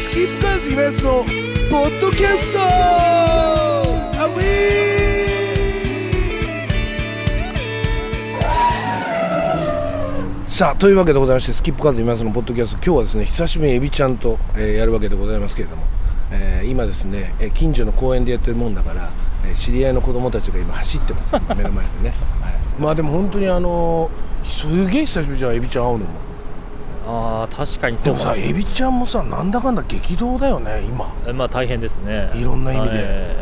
スキップカーズイベントのポッドキャストアウィー。さあというわけでございまして、スキップカーズイベントのポッドキャスト、今日はですね久しぶりにエビちゃんと、やるわけでございますけれども、今ですね、近所の公園でやってるもんだから、知り合いの子供たちが今走ってます目の前でね、はい、まあでも本当にすげえ久しぶりじゃん、エビちゃん会うのも。 ああ確かにそう。 でもさ、エビちゃんもさ、なんだかんだ激動だよね今。 まあ大変ですね、 いろんな意味で、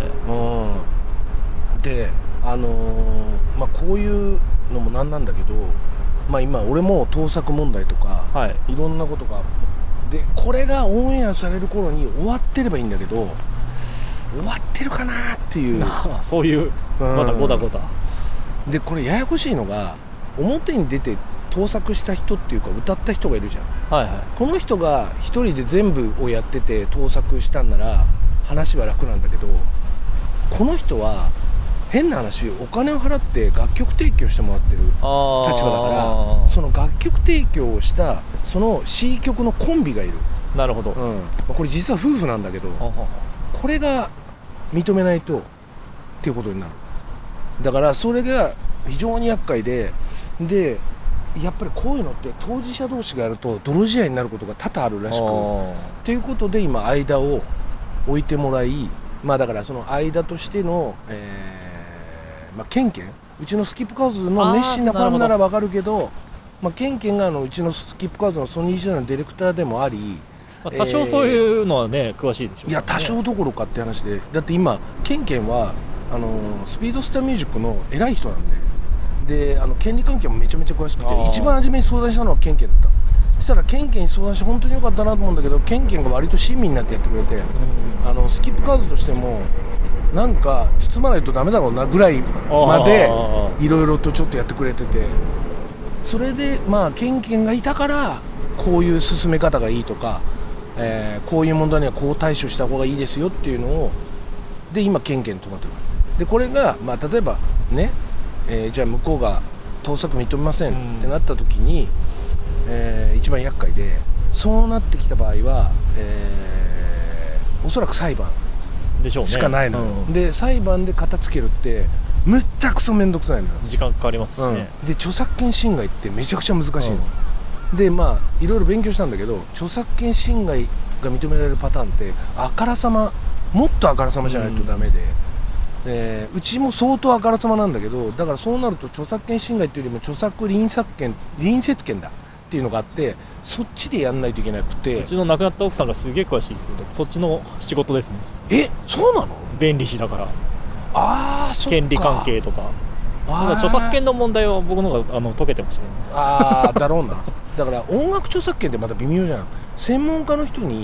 でまあこういうのもなんなんだけど、まあ今俺も盗作問題とか、 はい、 いろんなことがで、これがオンエアされる頃に終わってればいいんだけど、終わってるかなっていうそういう、まだゴタゴタで、これややこしいのが、表に出て盗作した人っていうか歌った人がいるじゃん、はいはい、この人が一人で全部をやってて盗作したんなら話は楽なんだけど、この人は変な話お金を払って楽曲提供してもらってる立場だから、その楽曲提供をしたその C 曲のコンビがいる。 なるほど、 これ実は夫婦なんだけど、これが認めないとっていうことになる。だからそれが非常に厄介で、やっぱりこういうのって当事者同士がやると泥仕合になることが多々あるらしく、ということで今間を置いてもらい、まあだからその間としての、ケンケン、うちのスキップカーズの熱心なファンならわかるけど、ケンケンがうちのスキップカーズのソニー時代のディレクターでもあり、 多少そういうのはね、詳しいでしょう、ね、 いや多少どころかって話で、だって今ケンケンはスピードスターミュージックの偉い人なんで、権利関係もめちゃめちゃ詳しくて、一番初めに相談したのはケンケンだった。そしたらケンケンに相談して本当に良かったなと思うんだけど、ケンケンが割と親身になってやってくれて、スキップカーズとしてもなんか包まないとダメだろうなぐらいまでいろいろとちょっとやってくれてて、それでケンケンがいたからこういう進め方がいいとか、こういう問題にはこう対処した方がいいですよっていうのをで今ケンケンに止まってるんです。でこれが、例えばね、じゃあ向こうが盗作認めませんってなった時に、一番厄介で、そうなってきた場合は、おそらく裁判しかないのよ、で裁判で片付けるってむったくそめんどくさいのよ、 時間かかりますしね、 で著作権侵害ってめちゃくちゃ難しいの、でいろいろ勉強したんだけど、著作権侵害が認められるパターンってあからさま、もっとあからさまじゃないとダメで、うちも相当あからさまなんだけど、だからそうなると著作権侵害っていうよりも著作隣接権だっていうのがあって、そっちでやんないといけなくて、 うちの亡くなった奥さんがすげえ詳しいですよ。そっちの仕事ですね。 そうなの？ 弁理士だから。 そっか、 権利関係とか。ただ著作権の問題は僕の方が解けてましたね。 だろうな。だから音楽著作権ってまた微妙じゃん。専門家の人に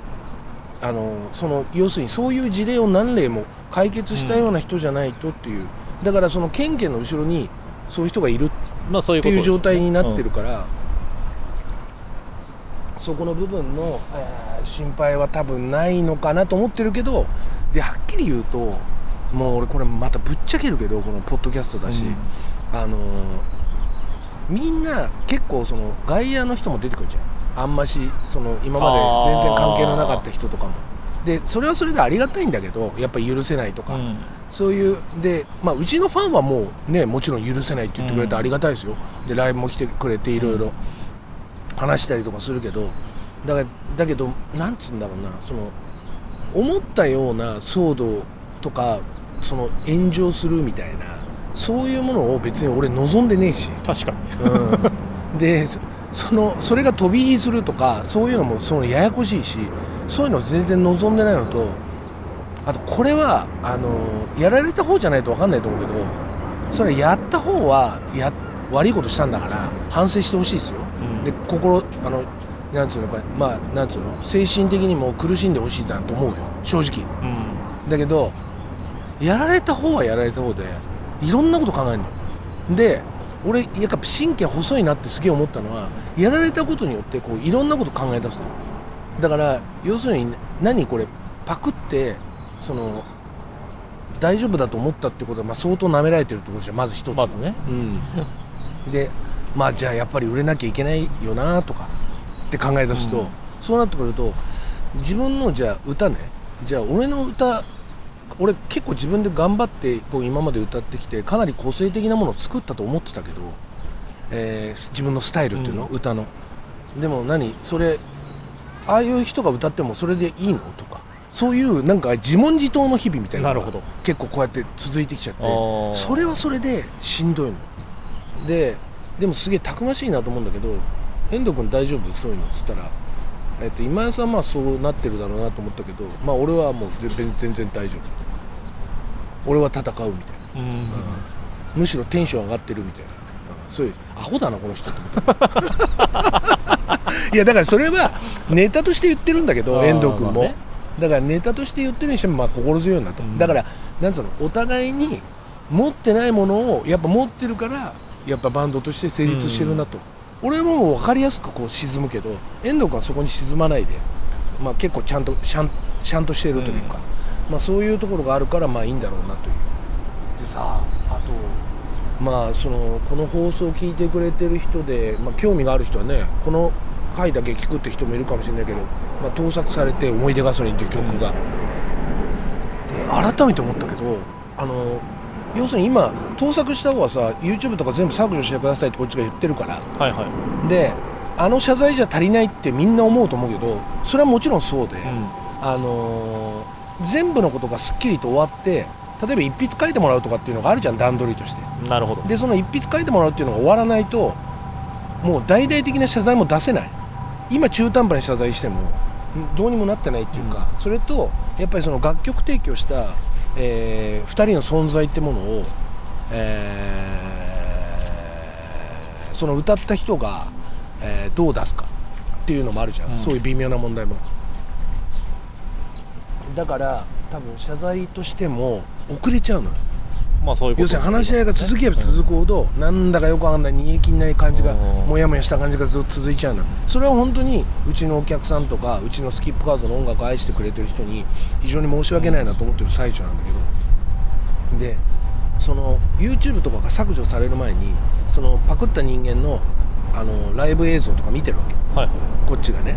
要するにそういう事例を何例も解決したような人じゃないとっていう、だからそのケンケンの後ろにそういう人がいるっていう状態になってるから、そこの部分の、心配は多分ないのかなと思ってるけど、ではっきり言うと、もう俺これまたぶっちゃけるけど、このポッドキャストだし、みんな結構その外野の人も出てくるじゃん、あんまし今まで全然関係のなかった人とかも。でそれはそれでありがたいんだけど、やっぱり許せないとか、そういうで、うちのファンはもうね、もちろん許せないって言ってくれてありがたいですよ。でライブも来てくれていろいろ話したりとかするけど、だけどなんつうんだろうな、思ったような騒動とか炎上するみたいな、そういうものを別に俺望んでねえし。 確かに、 でそれが飛び火するとかそういうのもややこしいし、そういうの全然望んでないのと、あとこれはやられた方じゃないと分かんないと思うけど、それやった方は悪いことしたんだから反省してほしいですよ、でなんつうのか、なんつうの、精神的にも苦しんでほしいなと思うよ正直、だけどやられた方はやられた方でいろんなこと考えるので、俺やっぱ神経細いなってすげえ思ったのは、やられたことによっていろんなこと考え出すの。だから要するにこれパクって大丈夫だと思ったってことは、相当舐められてるってことじゃまず一つ、 まずね、 でじゃあやっぱり売れなきゃいけないよなとかって考え出すと、そうなってくると自分のじゃあ歌ね、じゃあ俺の歌、俺結構自分で頑張ってこう今まで歌ってきてかなり個性的なものを作ったと思ってたけど、自分のスタイルっていうの、歌の。でもそれああいう人が歌ってもそれでいいのとか、そういうなんか自問自答の日々みたいなのが結構こうやって続いてきちゃって、それはそれでしんどいのでもすげえたくましいなと思うんだけど、遠藤君大丈夫そういうのっつったら、今井さんはそうなってるだろうなと思ったけど、俺はもう全然大丈夫、俺は戦うみたいな、むしろテンション上がってるみたいな、そういうアホだなこの人って思ったいやだからそれはネタとして言ってるんだけど、遠藤君も、だからネタとして言ってるにしても心強いなと、だからなんつうの、お互いに持ってないものをやっぱ持ってるからやっぱバンドとして成立してるなと、俺も分かりやすくこう沈むけど、遠藤君はそこに沈まないで、結構ちゃんとしてるというか、そういうところがあるからいいんだろうなという。でさ、あとこの放送を聞いてくれてる人で、興味がある人はね、この回だけ聞くって人もいるかもしれないけど、盗作されて思い出ガソリンっていう曲が、で改めて思ったけど、要するに今盗作した方はさ YouTube とか全部削除してくださいってこっちが言ってるから、で謝罪じゃ足りないってみんな思うと思うけど、それはもちろんそうで、全部のことがすっきりと終わって、例えば一筆書いてもらうとかっていうのがあるじゃん、段取りとして。 なるほど。 でその一筆書いてもらうっていうのが終わらないと、もう大々的な謝罪も出せない。今中途半端に謝罪してもどうにもなってないっていうか、それとやっぱりその楽曲提供した2人の存在ってものを、その歌った人が、どう出すかっていうのもあるじゃん、そういう微妙な問題も。だから多分謝罪としても遅れちゃうのよ。 そういうこと、 要するに話し合いが続けば続くほど、なんだかよくわかんない煮え切んない感じが、もやもやした感じがずっと続いちゃうの。それは本当にうちのお客さんとかうちのスキップカーズの音楽を愛してくれてる人に非常に申し訳ないなと思ってる最中なんだけど、でその YouTube とかが削除される前にそのパクった人間のライブ映像とか見てるわけ、こっちがね。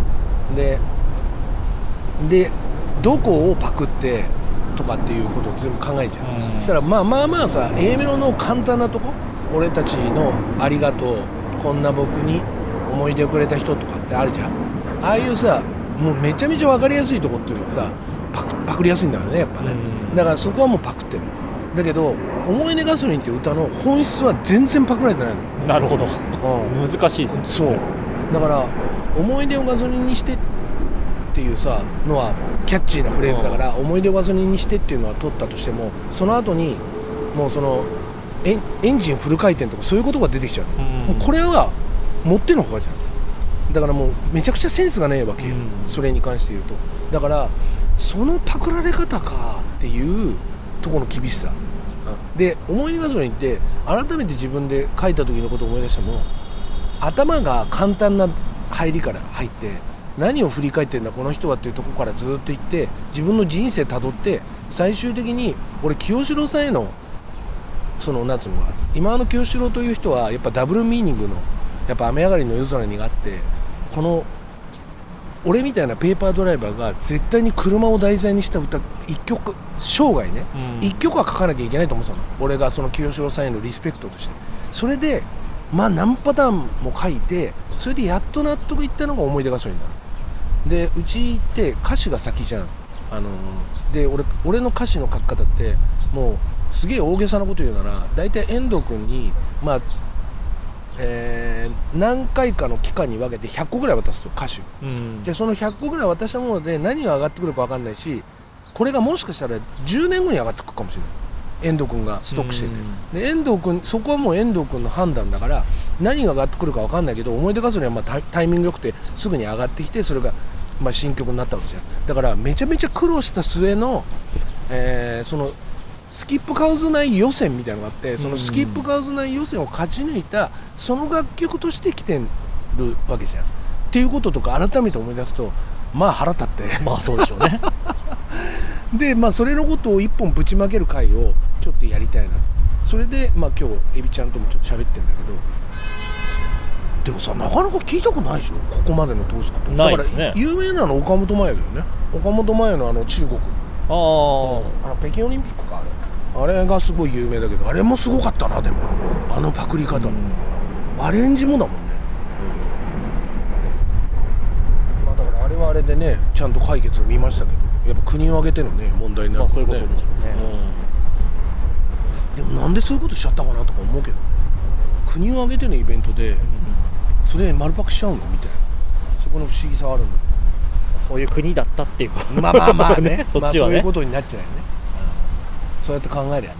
でどこをパクってとかっていうことを全部考えちゃう。そしたらさ A メロの簡単なとこ、俺たちのありがとう、こんな僕に思い出をくれた人とかってあるじゃん。ああいうさ、もうめちゃめちゃ分かりやすいとこっていうのはさパクりやすいんだよね、やっぱね。だからそこはもうパクってる。だけど思い出ガソリンっていう歌の本質は全然パクられてないの。 なるほど、難しいですね。 そうだから思い出をガソリンにしてっていうさのはキャッチーなフレーズだから、思い出をガソリンにしてっていうのは取ったとしても、その後にもうそのエンジンフル回転とかそういうことが出てきちゃう、もうこれは持ってのほかじゃん。だからもうめちゃくちゃセンスがねえわけよ、それに関して言うと。だからそのパクられ方かっていうところの厳しさ、で思い出ガソリンって改めて自分で書いた時のことを思い出しても、頭が簡単な入りから入って何を振り返ってんだこの人はっていうところからずっと行って自分の人生たどって、最終的に俺清志郎さんへのそのなんつうのか、今の清志郎という人はやっぱダブルミーニングのやっぱ雨上がりの夜空にがあって、この俺みたいなペーパードライバーが絶対に車を題材にした歌一曲生涯ね、一曲は書かなきゃいけないと思ってたの、俺がその清志郎さんへのリスペクトとして。それで何パターンも書いて、それでやっと納得いったのが思い出ガソリンだ。でうちって歌詞が先じゃん。で俺の歌詞の書き方ってもうすげえ大げさなこと言うなら、大体遠藤君に何回かの期間に分けて100個ぐらい渡すと歌詞、じゃあその100個ぐらい渡したもので何が上がってくるか分かんないし、これがもしかしたら10年後に上がってくるかもしれない、遠藤君がストックしてて。で遠藤君、そこはもう遠藤君の判断だから何が上がってくるか分かんないけど、思い出ガソリンはタイミングよくてすぐに上がってきて、それが新曲になったわけじゃん。だからめちゃめちゃ苦労した末の、そのスキップカウズ内予選みたいなのがあって、そのスキップカウズ内予選を勝ち抜いたその楽曲として来てるわけじゃんっていうこととか改めて思い出すと腹立って、 そうでしょうねでそれのことを一本ぶちまける回をちょっとやりたいな。それで今日エビちゃんともちょっと喋ってるんだけど、 でもさ、なかなか聞いたことないでしょ、ここまでのトースクないですね。 だから有名なの岡本真也だよね。岡本真也の中国、北京オリンピックか、あれがすごい有名だけど、あれもすごかったな。でもパクリ方も、アレンジもだもんね。まあ、だからあれはあれでね、ちゃんと解決を見ましたけど、やっぱ国を挙げてのね問題になるからね。 そういうことでしょうね。 でもなんでそういうことしちゃったかなとか思うけど、国を挙げてのイベントで、それ丸パクしちゃうのみたいな、そこの不思議さはあるんだけど、 そういう国だったっていうまあねそっちはね、 そういうことになっちゃうよね、そうやって考えりゃね、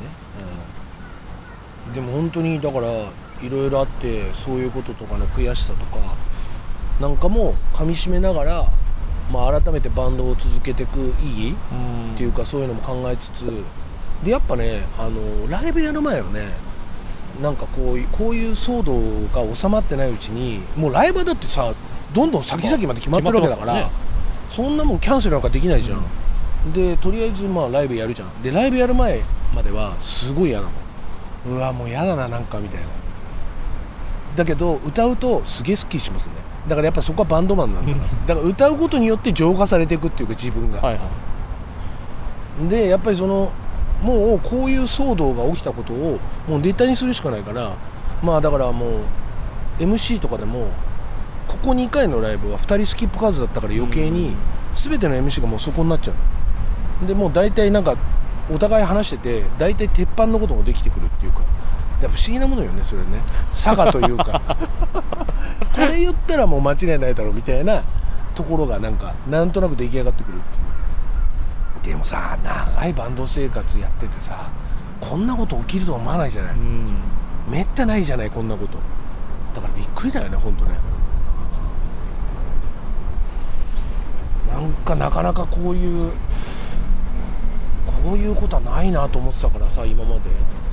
でも本当にだからいろいろあって、そういうこととかの悔しさとかなんかもかみしめながら、改めてバンドを続けていく意義っていうか、そういうのも考えつつで、やっぱね、ライブやる前はね、なんかこういう騒動が収まってないうちに、もうライブだってさ、どんどん先々まで決まってるわけだから、そんなもんキャンセルなんかできないじゃん、でとりあえずライブやるじゃん。でライブやる前まではすごい嫌なの。うわもう嫌だな、なんかみたいな。だけど歌うとすげえスッキリしますね。だからやっぱそこはバンドマンなんだだから歌うことによって浄化されていくっていうか、自分が、でやっぱりもうこういう騒動が起きたことをもうネタにするしかないから、だからもう MC とかでもここ2回のライブは2人スキップカーズだったから、余計に全ての MC がもうそこになっちゃう。でもう大体なんかお互い話してて、大体鉄板のこともできてくるっていうか、不思議なものよね、それね、差がというかこれ言ったらもう間違いないだろうみたいなところがなんとなく出来上がってくるっていう。でもさ、長いバンド生活やっててさ、こんなこと起きると思わないじゃない、めったないじゃない、こんなこと。だからびっくりだよね、ほんとね。なかなかこういうことはないなと思ってたからさ、今まで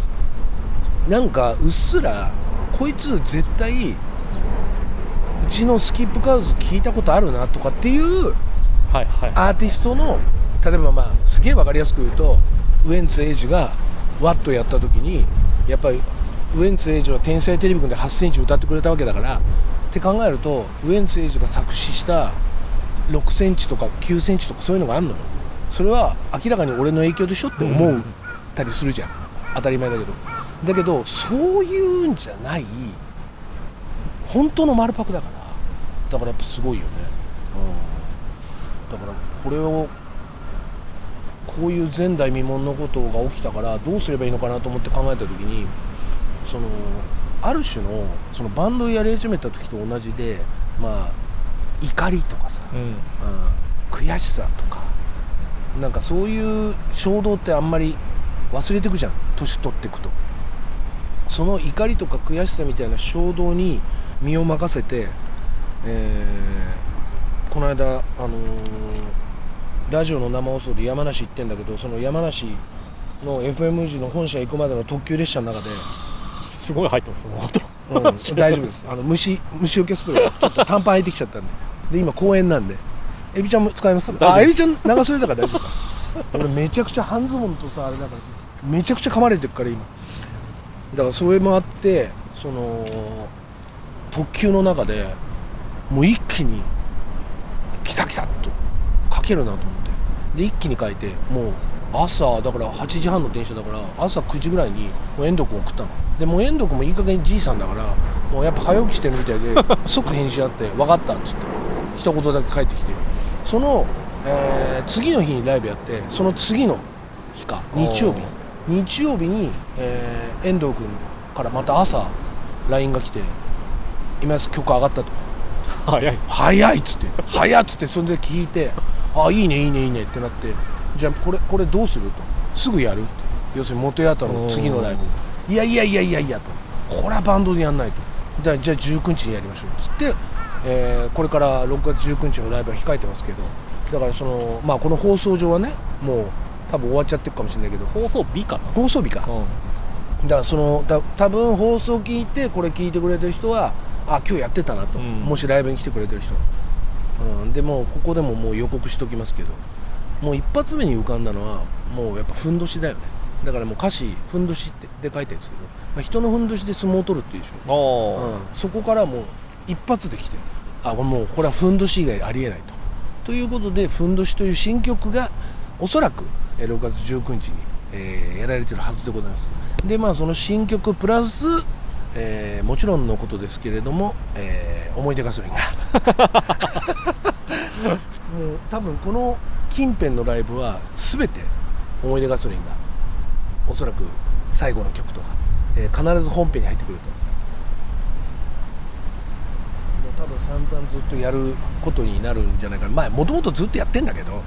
うっすらこいつ絶対うちのスキップカーズ聞いたことあるなとかっていうアーティストの、例えばすげえ分かりやすく言うと、ウエンツ瑛士がワットやった時に、やっぱりウエンツ瑛士は天才テレビくんで8センチ歌ってくれたわけだから、って考えるとウエンツ瑛士が作詞した6センチとか9センチとかそういうのがあるのよ。それは明らかに俺の影響でしょって思うたりするじゃん、当たり前だけどそういうんじゃない本当の丸パクだから、やっぱすごいよね、だからこういう前代未聞のことが起きたからどうすればいいのかなと思って考えた時に、ある種のバンドをやり始めた時と同じで、怒りとかさ、悔しさとか、そういう衝動ってあんまり忘れてくじゃん、年取ってくと。その怒りとか悔しさみたいな衝動に身を任せて、この間、ラジオの生放送で山梨行ってんだけど、その山梨の FM 時の本社行くまでの特急列車の中ですごい入ってますね、 大丈夫です。虫除けスプレーちょっと短パン履いてきちゃったんで、今公園なんで。エビちゃんも使います？エビちゃん長袖だから大丈夫か俺めちゃくちゃ半ズボンとさ、あれだからめちゃくちゃ噛まれてるから今。だからそれもあって、特急の中でもう一気に来たと書けるなと思って、で一気に書いて、もう朝だから8時半の電車だから朝9時ぐらいにもう遠藤君送ったので、もう遠藤君もいい加減じいさんだから、もうやっぱ早起きしてるみたいで即返信あって分かったっつって一言だけ帰ってきて、その、次の日にライブやって、その次の日か日曜日に、遠藤君からまた朝 LINE が来て、今曲上がったと、早いっつって、それで聞いて、いいねってなって、じゃあこれどうすると、すぐやるって、要するに元ヤタの次のライブ、いやと、これはバンドでやんないと、じゃあ19日にやりましょうっつって、これから6月19日のライブは控えてますけど、だからこの放送上はね、もう多分終わっちゃってるかもしれないけど、 放送日か、 だから多分放送聞いてこれ聞いてくれてる人は今日やってたなと、もしライブに来てくれてる人、でもここでももう予告しときますけど、もう一発目に浮かんだのはもうやっぱふんどしだよね。だからもう歌詞ふんどしってで書いてるんですけど、人のふんどしで相撲を取るっていうでしょ、そこからもう一発で来て、もうこれはふんどし以外ありえないということで、ふんどしという新曲がおそらく6月19日に、やられているはずでございます。でその新曲プラス、もちろんのことですけれども、思い出ガソリンがもう多分この近辺のライブは全て思い出ガソリンがおそらく最後の曲とか、必ず本編に入ってくると、もう多分散々ずっとやることになるんじゃないかな。もともとずっとやってんだけど、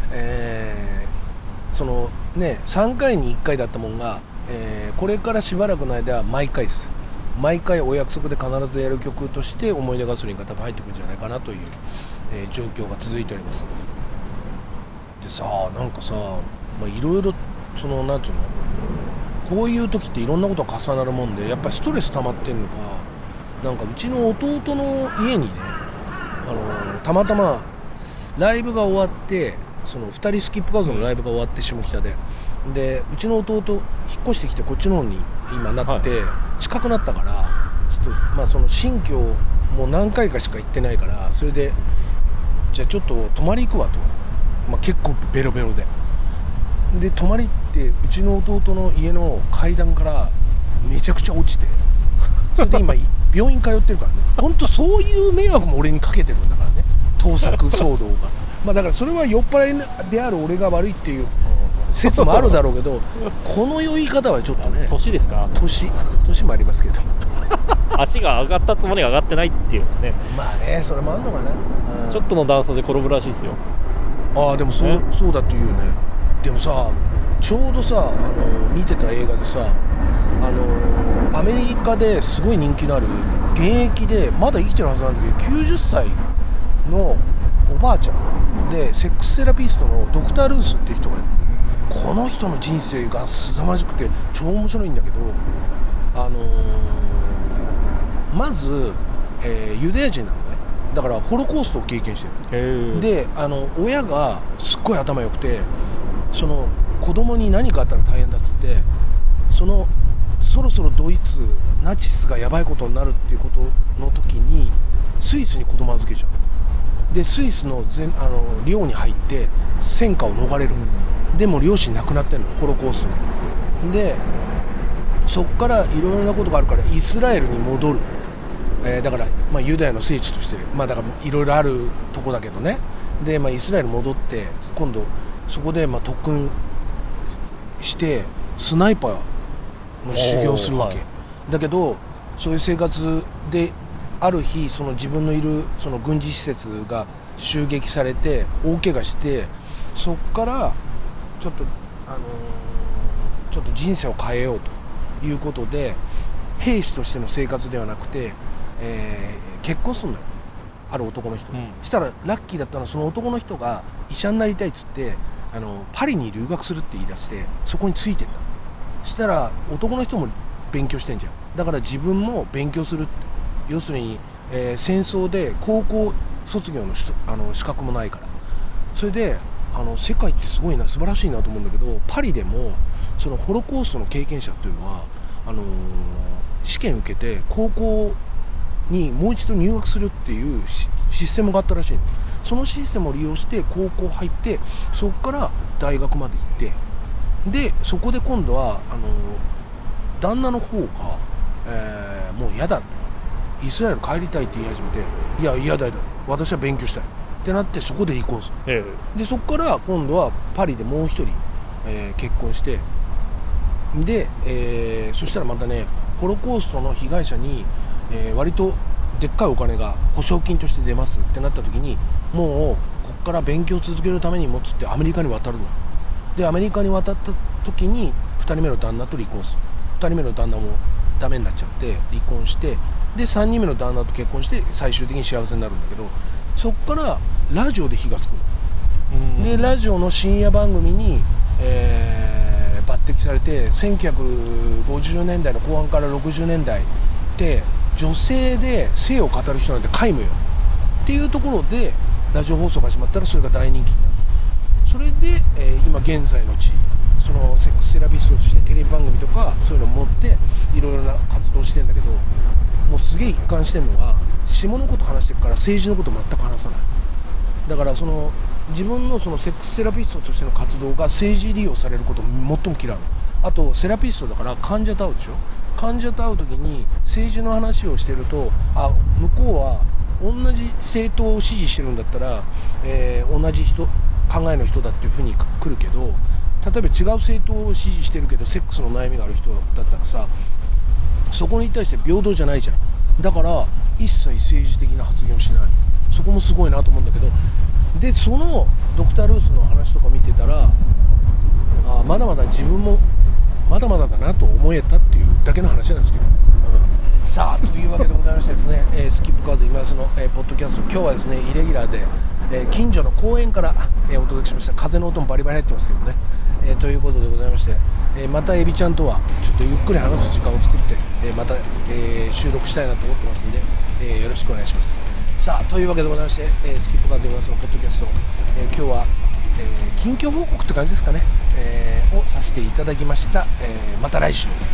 そのね3回に1回だったもんが、これからしばらくの間は毎回です。毎回お約束で必ずやる曲として思い出ガソリンが多分入ってくるんじゃないかなという、状況が続いております。でさ、なんかさ、いろいろそのなんていうの、こういう時っていろんなことが重なるもんで、やっぱりストレス溜まってんのか、なんかうちの弟の家にね、たまたまライブが終わって、その2人スキップカーズのライブが終わって下北で、うちの弟引っ越してきてこっちの方に今なって、近くなったから、ちょっとその新居もう何回かしか行ってないから、それでじゃあちょっと泊まり行くわと、結構ベロベロで泊まり行って、うちの弟の家の階段からめちゃくちゃ落ちて、それで今病院通ってるからね。本当そういう迷惑も俺にかけてるんだからね、盗作騒動がだからそれは酔っ払いである俺が悪いっていう説もあるだろうけど、この酔い方はちょっとね、 年ですか？ 年もありますけど足が上がったつもりが上がってないっていうね。 それもあるのかな、 ちょっとの段差で転ぶらしいですよ。 でもそうだって言うよね。でもさ、ちょうどさ見てた映画でさ、アメリカですごい人気のある現役でまだ生きてるはずなんだけど、90歳のおばあちゃんでセックスセラピストのドクター・ルースっていう人がいる。この人の人生が凄まじくて超面白いんだけど、まず、ユダヤ人なのね。だからホロコーストを経験してる。で親がすっごい頭良くて、その子供に何かあったら大変だっつって、そろそろドイツナチスがやばいことになるっていうことの時にスイスに子供預けちゃう。でスイスの寮に入って戦火を逃れる。でも両親亡くなってるの、ホロコーストで。そっからいろいろなことがあるからイスラエルに戻る。だからユダヤの聖地として、だからいろいろあるとこだけどね。でイスラエル戻って今度そこで特訓してスナイパーの修行するわけ、だけどそういう生活である日、その自分のいるその軍事施設が襲撃されて大怪我して、そっからちょっと人生を変えようということで、兵士としての生活ではなくて、結婚するのよ、ある男の人、したらラッキーだったのは、その男の人が医者になりたいっつってパリに留学するって言い出して、そこについてんだ。そしたら男の人も勉強してんじゃん。だから自分も勉強する。要するに、戦争で高校卒業の資格もないから。それで世界ってすごいな、素晴らしいなと思うんだけど、パリでもそのホロコーストの経験者っていうのは試験受けて高校にもう一度入学するっていうシステムがあったらしいの。そのシステムを利用して高校入って、そこから大学まで行って、でそこで今度は旦那の方が、もう嫌だと、イスラエル帰りたいって言い始めて、いや嫌だ私は勉強したいってなって、そこで離婚する、でそこから今度はパリでもう一人、結婚して、で、そしたらまたね、ホロコーストの被害者に、割とでっかいお金が保証金として出ますってなった時に、もうここから勉強を続けるためにもっつってアメリカに渡るの。でアメリカに渡った時に2人目の旦那と離婚する。2人目の旦那もダメになっちゃって離婚して、で3人目の旦那と結婚して最終的に幸せになるんだけど、そこからラジオで火がつくの。でラジオの深夜番組に、抜擢されて、1950年代の後半から60年代って女性で性を語る人なんて皆無よっていうところでラジオ放送が始まったら、それが大人気になる。それで、今現在の地、そのセックスセラピストとしてテレビ番組とかそういうのを持っていろいろな活動してんだけど、もうすげえ一貫してるのは、 下のこと話してるから政治のこと全く話さない。だからその自分のそのセックスセラピストとしての活動が政治利用されることを最も嫌うの。あとセラピストだから患者と会うでしょ。患者と会う時に政治の話をしてると、あ、向こうは同じ政党を支持してるんだったら、同じ考えの人だっていうふうに来るけど、例えば違う政党を支持してるけどセックスの悩みがある人だったらさ、そこに対して平等じゃないじゃん。だから一切政治的な発言をしない。そこもすごいなと思うんだけど、でそのドクター・ルースの話とか見てたら、まだまだ自分もまだまだだなと思えたっていうだけの話なんですけど、さあというわけでございましてですね、スキップカーズ今その、ポッドキャスト、今日はですねイレギュラーで、近所の公園から、お届けしました。風の音もバリバリ入ってますけどね、ということでございまして、またエビちゃんとはちょっとゆっくり話す時間を作って、また、収録したいなと思ってますんで、よろしくお願いします。さあというわけでございまして、スキップカーズ今そのポッドキャスト、今日は、近況報告って感じですかね、をさせていただきました。また来週。